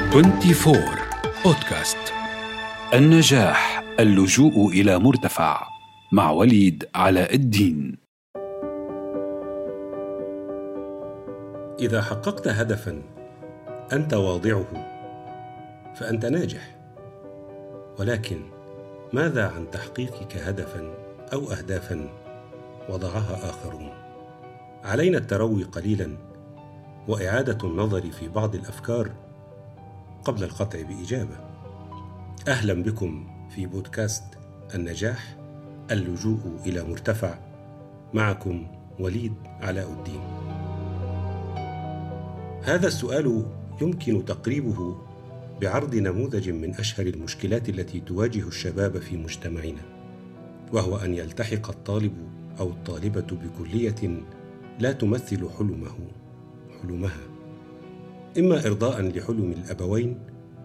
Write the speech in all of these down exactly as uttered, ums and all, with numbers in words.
أربعة وعشرين بودكاست. النجاح اللجوء إلى مرتفع مع وليد علاء الدين. إذا حققت هدفاً أنت واضعه فأنت ناجح، ولكن ماذا عن تحقيقك هدفاً أو أهدافاً وضعها آخرون؟ علينا التروي قليلاً وإعادة النظر في بعض الأفكار قبل القطع بإجابة. أهلا بكم في بودكاست النجاح اللجوء إلى مرتفع، معكم وليد علاء الدين. هذا السؤال يمكن تقريبه بعرض نموذج من أشهر المشكلات التي تواجه الشباب في مجتمعنا، وهو أن يلتحق الطالب أو الطالبة بكلية لا تمثل حلمه حلمها، إما إرضاء لحلم الأبوين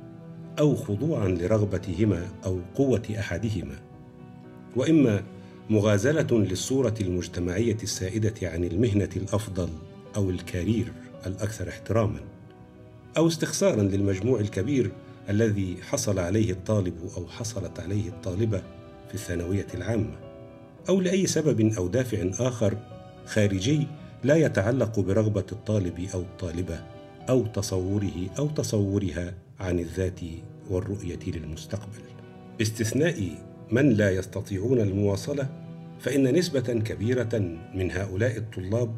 أو خضوعا لرغبتهما أو قوة أحدهما، وإما مغازلة للصورة المجتمعية السائدة عن المهنة الأفضل أو الكارير الأكثر احتراما، أو استخسارا للمجموع الكبير الذي حصل عليه الطالب أو حصلت عليه الطالبة في الثانوية العامة، أو لأي سبب أو دافع آخر خارجي لا يتعلق برغبة الطالب أو الطالبة أو تصوره أو تصورها عن الذات والرؤية للمستقبل. باستثناء من لا يستطيعون المواصلة، فإن نسبة كبيرة من هؤلاء الطلاب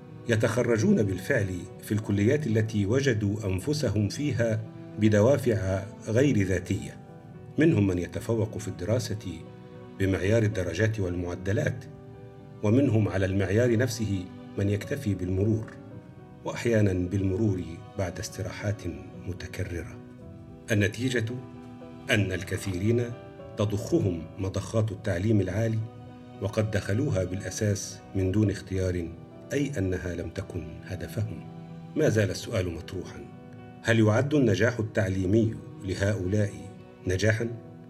يتخرجون بالفعل في الكليات التي وجدوا أنفسهم فيها بدوافع غير ذاتية. منهم من يتفوق في الدراسة بمعيار الدرجات والمعدلات، ومنهم على المعيار نفسه من يكتفي بالمرور، وأحيانا بالمرور بعد استراحات متكررة. النتيجة أن الكثيرين تضخهم مضخات التعليم العالي وقد دخلوها بالأساس من دون اختيار، أي أنها لم تكن هدفهم. ما زال السؤال مطروحا: هل يعد النجاح التعليمي لهؤلاء نجاحا؟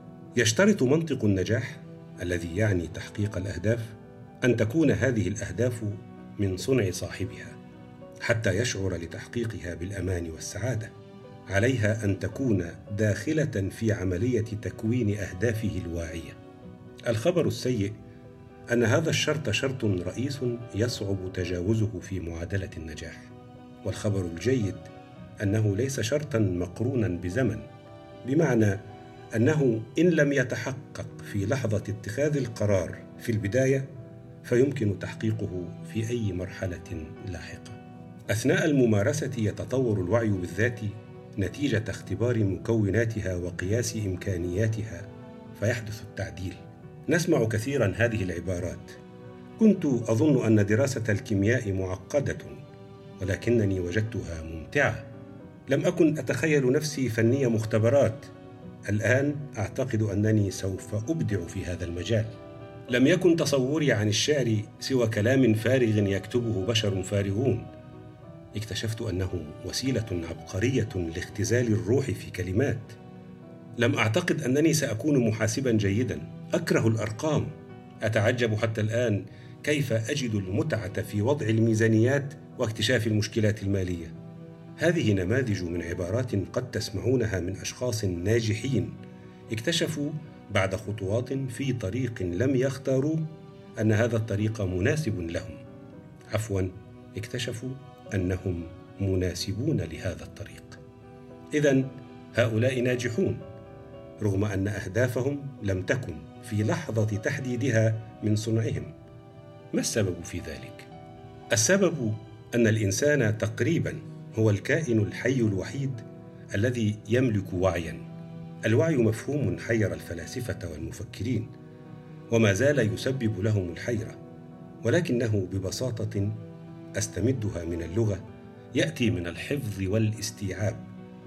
يشترط منطق النجاح الذي يعني تحقيق الأهداف أن تكون هذه الأهداف من صنع صاحبها حتى يشعر لتحقيقها بالأمان والسعادة. عليها أن تكون داخلة في عملية تكوين أهدافه الواعية. الخبر السيء أن هذا الشرط شرط رئيس يصعب تجاوزه في معادلة النجاح، والخبر الجيد أنه ليس شرطا مقرونا بزمن، بمعنى أنه إن لم يتحقق في لحظة اتخاذ القرار في البداية فيمكن تحقيقه في أي مرحلة لاحقة. أثناء الممارسة يتطور الوعي بالذات نتيجة اختبار مكوناتها وقياس إمكانياتها، فيحدث التعديل. نسمع كثيرا هذه العبارات: كنت أظن أن دراسة الكيمياء معقدة ولكنني وجدتها ممتعة، لم أكن أتخيل نفسي فني مختبرات، الآن أعتقد أنني سوف أبدع في هذا المجال، لم يكن تصوري عن الشعر سوى كلام فارغ يكتبه بشر فارغون، اكتشفت أنه وسيلة عبقرية لاختزال الروح في كلمات، لم أعتقد أنني سأكون محاسبا جيدا، أكره الأرقام، أتعجب حتى الآن كيف أجد المتعة في وضع الميزانيات واكتشاف المشكلات المالية. هذه نماذج من عبارات قد تسمعونها من أشخاص ناجحين اكتشفوا بعد خطوات في طريق لم يختاروا أن هذا الطريق مناسب لهم، عفوا اكتشفوا أنهم مناسبون لهذا الطريق. إذن هؤلاء ناجحون رغم أن أهدافهم لم تكن في لحظة تحديدها من صنعهم. ما السبب في ذلك؟ السبب أن الإنسان تقريبا هو الكائن الحي الوحيد الذي يملك وعيا. الوعي مفهوم حير الفلاسفة والمفكرين وما زال يسبب لهم الحيرة، ولكنه ببساطة أستمدها من اللغة يأتي من الحفظ والاستيعاب.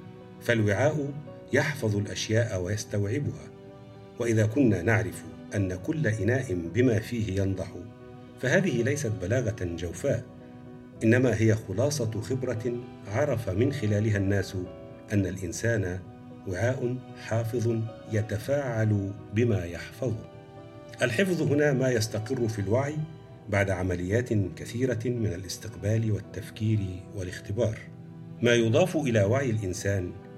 فالوعاء يحفظ الأشياء ويستوعبها، وإذا كنا نعرف أن كل إناء بما فيه ينضح فهذه ليست بلاغة جوفاء، إنما هي خلاصة خبرة عرف من خلالها الناس أن الإنسان وعاء حافظ يتفاعل بما يحفظه. الحفظ هنا ما يستقر في الوعي بعد عمليات كثيرة من الاستقبال والتفكير والاختبار. ما يضاف إلى وعي الإنسان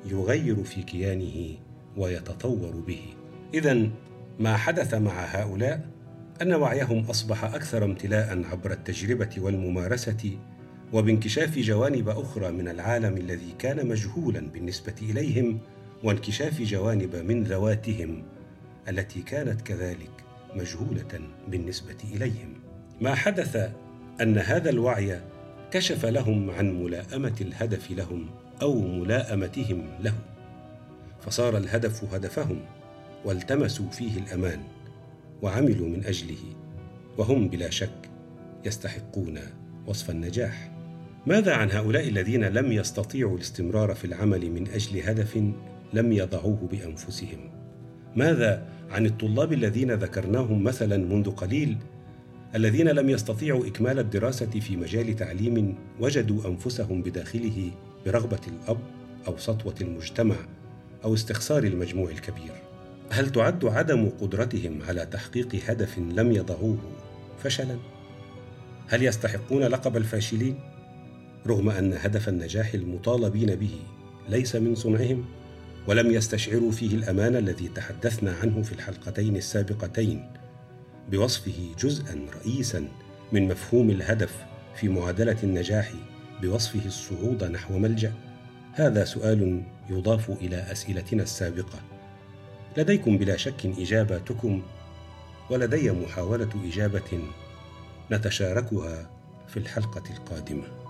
يغير في كيانه ويتطور به. إذن ما حدث مع هؤلاء أن وعيهم أصبح أكثر امتلاء عبر التجربة والممارسة، وبانكشاف جوانب أخرى من العالم الذي كان مجهولا بالنسبة إليهم، وانكشاف جوانب من ذواتهم التي كانت كذلك مجهولة بالنسبة إليهم. ما حدث أن هذا الوعي كشف لهم عن ملائمة الهدف لهم أو ملائمتهم له، فصار الهدف هدفهم والتمسوا فيه الأمان وعملوا من أجله، وهم بلا شك يستحقون وصف النجاح. ماذا عن هؤلاء الذين لم يستطيعوا الاستمرار في العمل من أجل هدف لم يضعوه بأنفسهم؟ ماذا عن الطلاب الذين ذكرناهم مثلا منذ قليل، الذين لم يستطيعوا إكمال الدراسة في مجال تعليم وجدوا أنفسهم بداخله برغبة الأب أو سطوة المجتمع أو استخسار المجموع الكبير؟ هل تعد عدم قدرتهم على تحقيق هدف لم يضعوه فشلا؟ هل يستحقون لقب الفاشلين رغم أن هدف النجاح المطالبين به ليس من صنعهم، ولم يستشعروا فيه الأمان الذي تحدثنا عنه في الحلقتين السابقتين بوصفه جزءا رئيسا من مفهوم الهدف في معادلة النجاح، بوصفه الصعود نحو ملجأ؟ هذا سؤال يضاف إلى أسئلتنا السابقة. لديكم بلا شك إجاباتكم، ولدي محاولة إجابة نتشاركها في الحلقة القادمة.